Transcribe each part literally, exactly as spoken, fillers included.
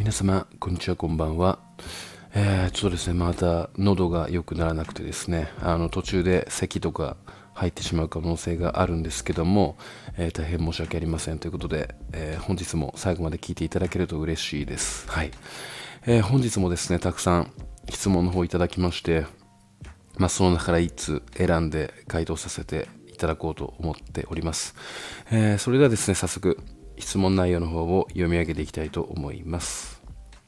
皆様、こんにちは、こんばんは。えー、ちょっとですね、また喉が良くならなくてですね、あの途中で咳とか入ってしまう可能性があるんですけども、えー大変申し訳ありませんということで、えー本日も最後まで聞いていただけると嬉しいです。はい。えー本日もですね、たくさん質問の方いただきまして、まあ、その中からいっつ選んで回答させていただこうと思っております。えーそれではですね、早速質問内容の方を読み上げていきたいと思います。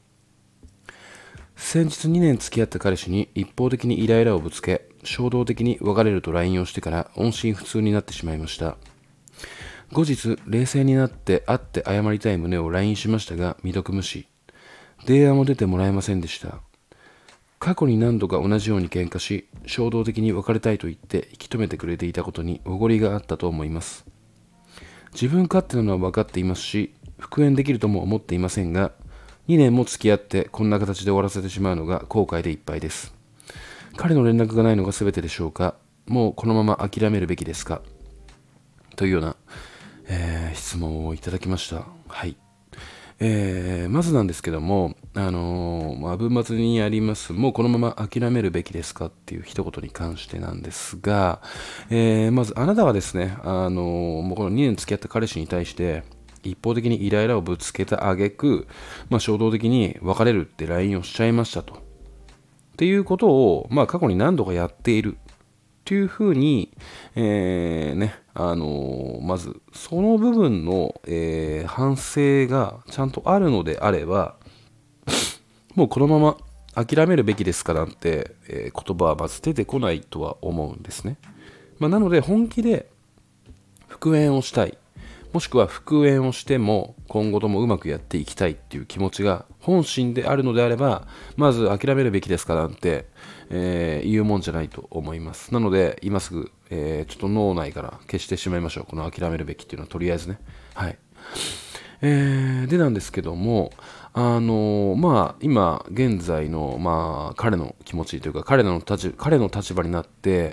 先日にねん付き合った彼氏に一方的にイライラをぶつけ、衝動的に別れると ライン をしてから音信不通になってしまいました。後日、冷静になって会って謝りたい旨を ライン しましたが、未読無視。電話も出てもらえませんでした。過去に何度か同じように喧嘩し、衝動的に別れたいと言って引き止めてくれていたことにおごりがあったと思います。自分勝手なのは分かっていますし、復縁できるとも思っていませんが、にねんも付き合ってこんな形で終わらせてしまうのが後悔でいっぱいです。彼の連絡がないのが全てでしょうか？もうこのまま諦めるべきですか？というような、えー質問をいただきました。はい。えーまずなんですけども、あのーまあ、文末にあります、もうこのまま諦めるべきですかっていう一言に関してなんですが、えーまずあなたはですね、あのーもうこのにねん付き合った彼氏に対して、一方的にイライラをぶつけた挙句、まあ、衝動的に別れるって ライン をしちゃいましたと。っていうことを、まあ、過去に何度かやっているっていうふうに、えーね、あのーまず、その部分の、えー反省がちゃんとあるのであれば、もうこのまま諦めるべきですかなんて、えー言葉はまず出てこないとは思うんですね。まあ、なので、本気で復縁をしたい。もしくは復縁をしても今後ともうまくやっていきたいっていう気持ちが本心であるのであれば、まず諦めるべきですかなんて、えー言うもんじゃないと思います。なので、今すぐ、えーちょっと脳内から消してしまいましょう。この諦めるべきっていうのはとりあえずね。はい。えーでなんですけども、あのーまあ、今現在の、まあ、彼の気持ちというか彼の立彼の立場になって、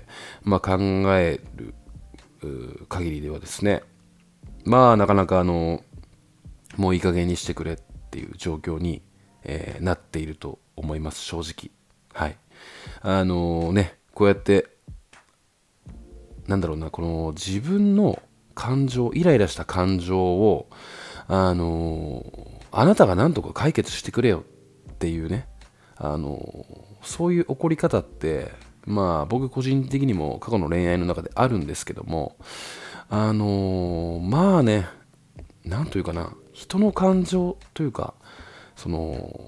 まあ、考えるうー限りではですね、まあなかなかあのもういい加減にしてくれっていう状況に、えーなっていると思います、正直。はい。あのね、こうやってなんだろうな、この自分の感情、イライラした感情を、あのあなたが何とか解決してくれよっていうね、あのそういう怒り方って、まあ僕個人的にも過去の恋愛の中であるんですけども、あのまあね、なんというかな、人の感情というか、その、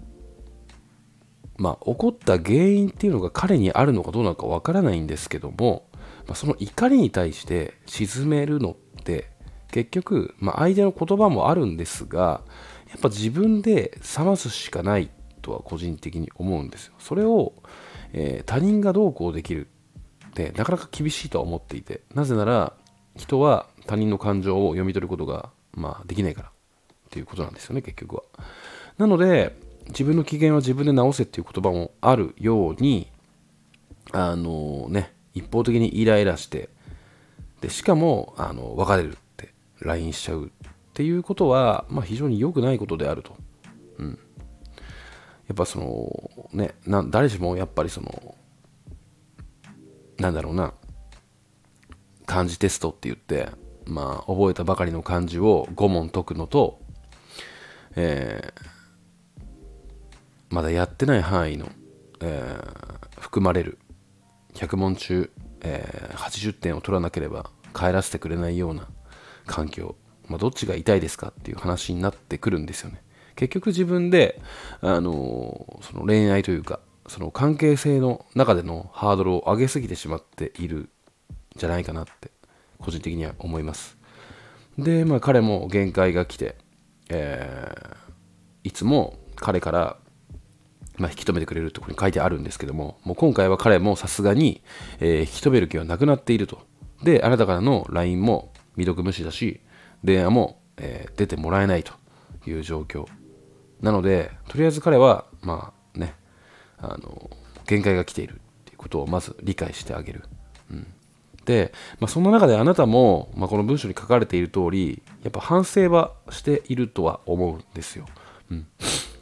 まあ、起こった原因っていうのが彼にあるのかどうなのかわからないんですけども、まあ、その怒りに対して沈めるのって、結局、まあ、相手の言葉もあるんですが、やっぱ自分で冷ますしかないとは個人的に思うんですよ。それを、えー他人がどうこうできるってなかなか厳しいとは思っていて、なぜなら人は他人の感情を読み取ることが、まあ、できないからっていうことなんですよね、結局は。なので、自分の機嫌は自分で直せっていう言葉もあるように、あのね、一方的にイライラして、で、しかも、あの、別れるって ライン しちゃうっていうことは、まあ非常に良くないことであると。やっぱその、ね、な誰しもやっぱりその、なんだろうな、漢字テストって言って、まあ覚えたばかりの漢字をご問解くのと、えーまだやってない範囲の、えー含まれるひゃく問中、えーはちじゅってんを取らなければ帰らせてくれないような環境、まあ、どっちが痛いですかっていう話になってくるんですよね。結局自分で、あのーその恋愛というかその関係性の中でのハードルを上げすぎてしまっているんじゃないかなって個人的には思います。で、まあ、彼も限界が来て、えーいつも彼からまあ、引き止めてくれるところに書いてあるんですけども、もう今回は彼もさすがに、えー引き止める気はなくなっていると。で、あなたからの ライン も未読無視だし、電話も、えー出てもらえないという状況。なので、とりあえず彼は、まあね、あの、限界が来ているっていうことをまず理解してあげる。で、まあ、そんな中であなたも、まあ、この文章に書かれている通り、やっぱ反省はしているとは思うんですよ。うん。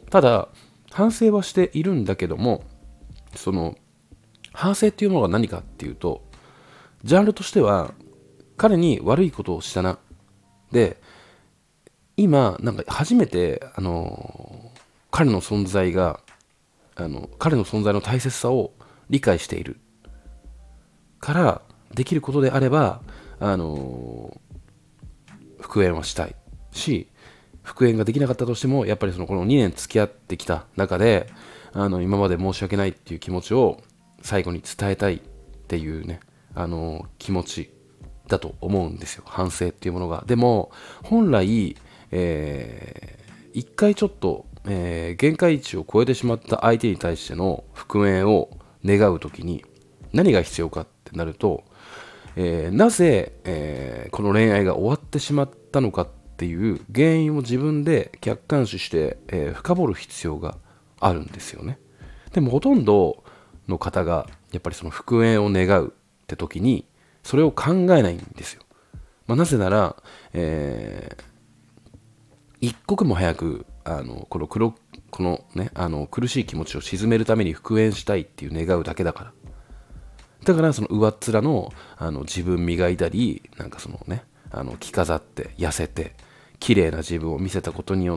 ただ反省はしているんだけども、その反省っていうものが何かっていうと、ジャンルとしては彼に悪いことをしたな、で今なんか初めてあの彼の存在があの彼の存在の大切さを理解しているからできることであれば、あの復縁はしたいし、復縁ができなかったとしてもやっぱりそのこのにねん付き合ってきた中で、あの今まで申し訳ないっていう気持ちを最後に伝えたいっていうね、あの気持ちだと思うんですよ、反省っていうものが。でも本来、えー、一回ちょっと、えー、限界値を超えてしまった相手に対しての復縁を願うときに何が必要かってなると、えー、なぜ、えー、この恋愛が終わってしまったのかっていう原因を自分で客観視して、えー、深掘る必要があるんですよね。でもほとんどの方がやっぱりその復縁を願うって時にそれを考えないんですよ。まあ、なぜなら、えー、一刻も早くあのこの黒このねあの苦しい気持ちを鎮めるために復縁したいっていう願うだけだから。だからその上っ面の、あの自分磨いたり、なんかそのね、あの着飾って痩せて綺麗な自分を見せたことによって、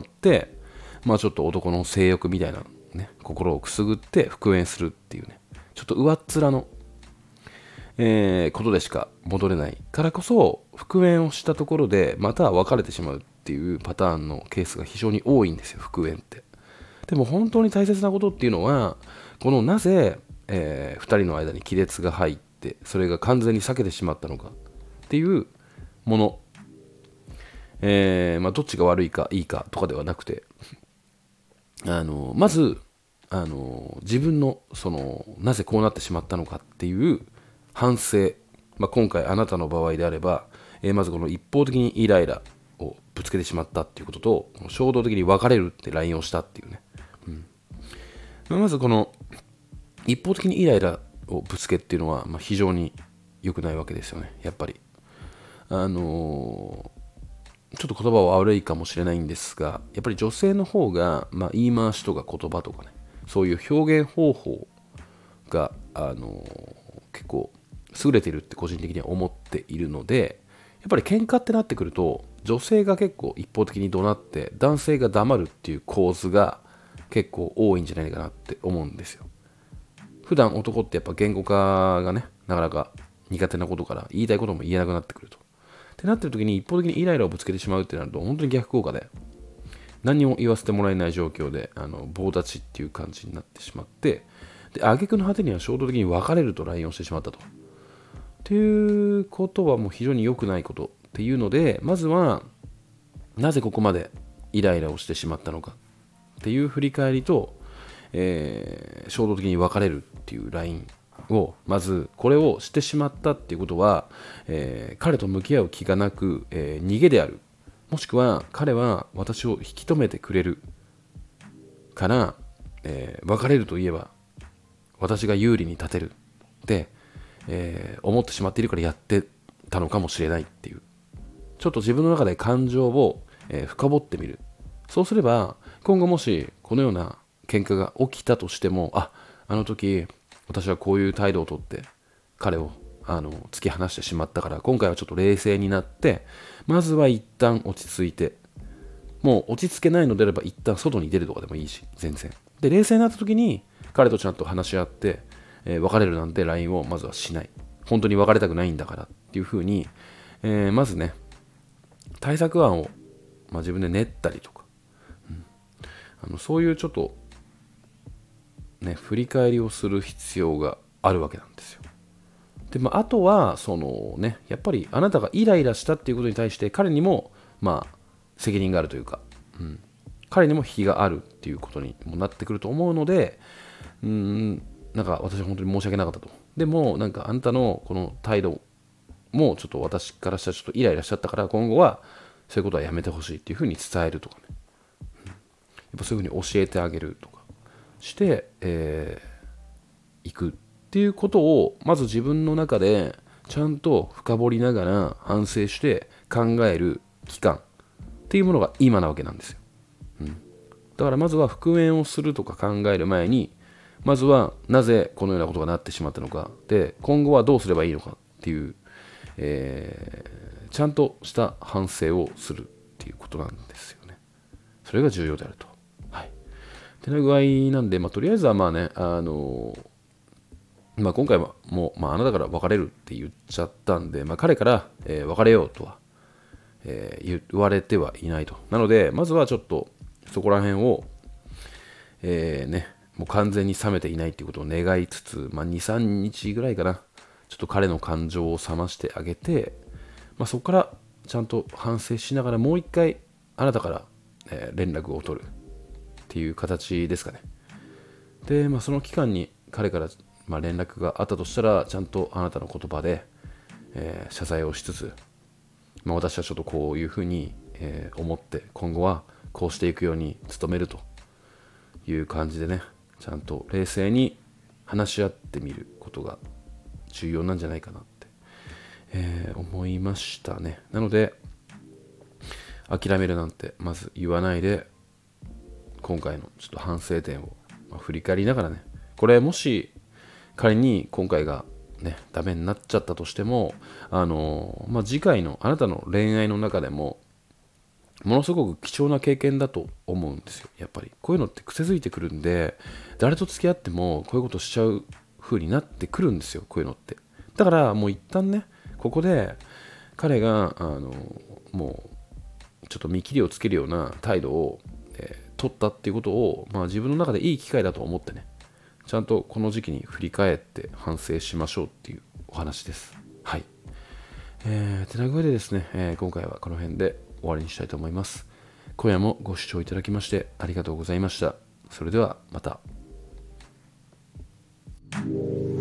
まあちょっと男の性欲みたいなね、心をくすぐって復縁するっていうね、ちょっと上っ面の、えーことでしか戻れないからこそ、復縁をしたところでまた別れてしまうっていうパターンのケースが非常に多いんですよ、復縁って。でも本当に大切なことっていうのは、このなぜえー、ふたりの間に亀裂が入ってそれが完全に避けてしまったのかっていうもの、えーまあ、どっちが悪いかいいかとかではなくて、あのまずあの自分のそのなぜこうなってしまったのかっていう反省、まあ、今回あなたの場合であれば、えーまずこの一方的にイライラをぶつけてしまったっていうことと、衝動的に別れるって ライン をしたっていうね、うんまあ、まずこの一方的にイライラをぶつけっていうのは、まあ、非常に良くないわけですよね、やっぱり。あのー、ちょっと言葉は悪いかもしれないんですが、やっぱり女性の方が、まあ、言い回しとか言葉とかね、そういう表現方法が、あのー、結構優れているって個人的には思っているので、やっぱり喧嘩ってなってくると、女性が結構一方的に怒鳴って男性が黙るっていう構図が結構多いんじゃないかなって思うんですよ。普段男ってやっぱ言語化がね、なかなか苦手なことから言いたいことも言えなくなってくると。ってなってる時に一方的にイライラをぶつけてしまうってなると本当に逆効果で、何にも言わせてもらえない状況で、あの棒立ちっていう感じになってしまって、で、挙句の果てには衝動的に別れると ライン をしてしまったと。っていうことはもう非常に良くないことっていうので、まずはなぜここまでイライラをしてしまったのかっていう振り返りと、えー、衝動的に別れるっていうラインを、まずこれをしてしまったっていうことは、えー、彼と向き合う気がなく、えー、逃げである、もしくは彼は私を引き止めてくれるから、えー、別れるといえば私が有利に立てるで、えー、思ってしまっているからやってたのかもしれないっていう、ちょっと自分の中で感情を、えー、深掘ってみる。そうすれば今後もしこのような喧嘩が起きたとしても、あ、あの時私はこういう態度をとって彼をあの突き放してしまったから、今回はちょっと冷静になって、まずは一旦落ち着いて、もう落ち着けないのであれば一旦外に出るとかでもいいし、全然で、冷静になった時に彼とちゃんと話し合って、えー、別れるなんて ライン をまずはしない。本当に別れたくないんだからっていう風に、えー、まずね対策案を、まあ、自分で練ったりとか、うん、あのそういうちょっとね、振り返りをする必要があるわけなんですよ。で、まあ、あとはそのね、やっぱりあなたがイライラしたっていうことに対して彼にもまあ責任があるというか、うん、彼にも非があるっていうことにもなってくると思うので、うーん、なんか私は本当に申し訳なかったと。でもなんかあんたのこの態度もちょっと私からしたらちょっとイライラしちゃったから、今後はそういうことはやめてほしいっていうふうに伝えるとかね、うん、やっぱそういうふうに教えてあげるとかして、えー、いくっていうことをまず自分の中でちゃんと深掘りながら反省して考える期間っていうものが今なわけなんですよ。うん、 だからまずは復縁をするとか考える前に、まずはなぜこのようなことがなってしまったのか、で今後はどうすればいいのかっていう、えー、ちゃんとした反省をするっていうことなんですよね。それが重要であると。はい。ってな具合なんで、まあ、とりあえずはまあね、あのまあ、今回はもう、まあ、あなたから別れるって言っちゃったんで、まあ、彼から、えー別れようとは、えー言われてはいないと。なので、まずはちょっとそこら辺を、えーね、もう完全に冷めていないっていうことを願いつつ、まあ、に、さんにちぐらいかな、ちょっと彼の感情を冷ましてあげて、まあ、そこからちゃんと反省しながらもう一回あなたから、えー連絡を取るっていう形ですかね。で、まあ、その期間に彼から、まあ、連絡があったとしたら、ちゃんとあなたの言葉で、えー謝罪をしつつ、まあ、私はちょっとこういうふうに、えー思って今後はこうしていくように努めるという感じでね、ちゃんと冷静に話し合ってみることが重要なんじゃないかなって、えー思いましたね。なので諦めるなんてまず言わないで、今回のちょっと反省点を、まあ振り返りながらね、これもし仮に今回がねダメになっちゃったとしても、あのーまあ、次回のあなたの恋愛の中でもものすごく貴重な経験だと思うんですよ。やっぱりこういうのって癖づいてくるんで、誰と付き合ってもこういうことしちゃう風になってくるんですよ、こういうのって。だからもう一旦ね、ここで彼があのもうちょっと見切りをつけるような態度を、えー取ったっていうことを、まあ、自分の中でいい機会だと思ってね、ちゃんとこの時期に振り返って反省しましょうっていうお話です。はい。えー、てな具合でですね、えー今回はこの辺で終わりにしたいと思います。今夜もご視聴いただきましてありがとうございました。それではまた。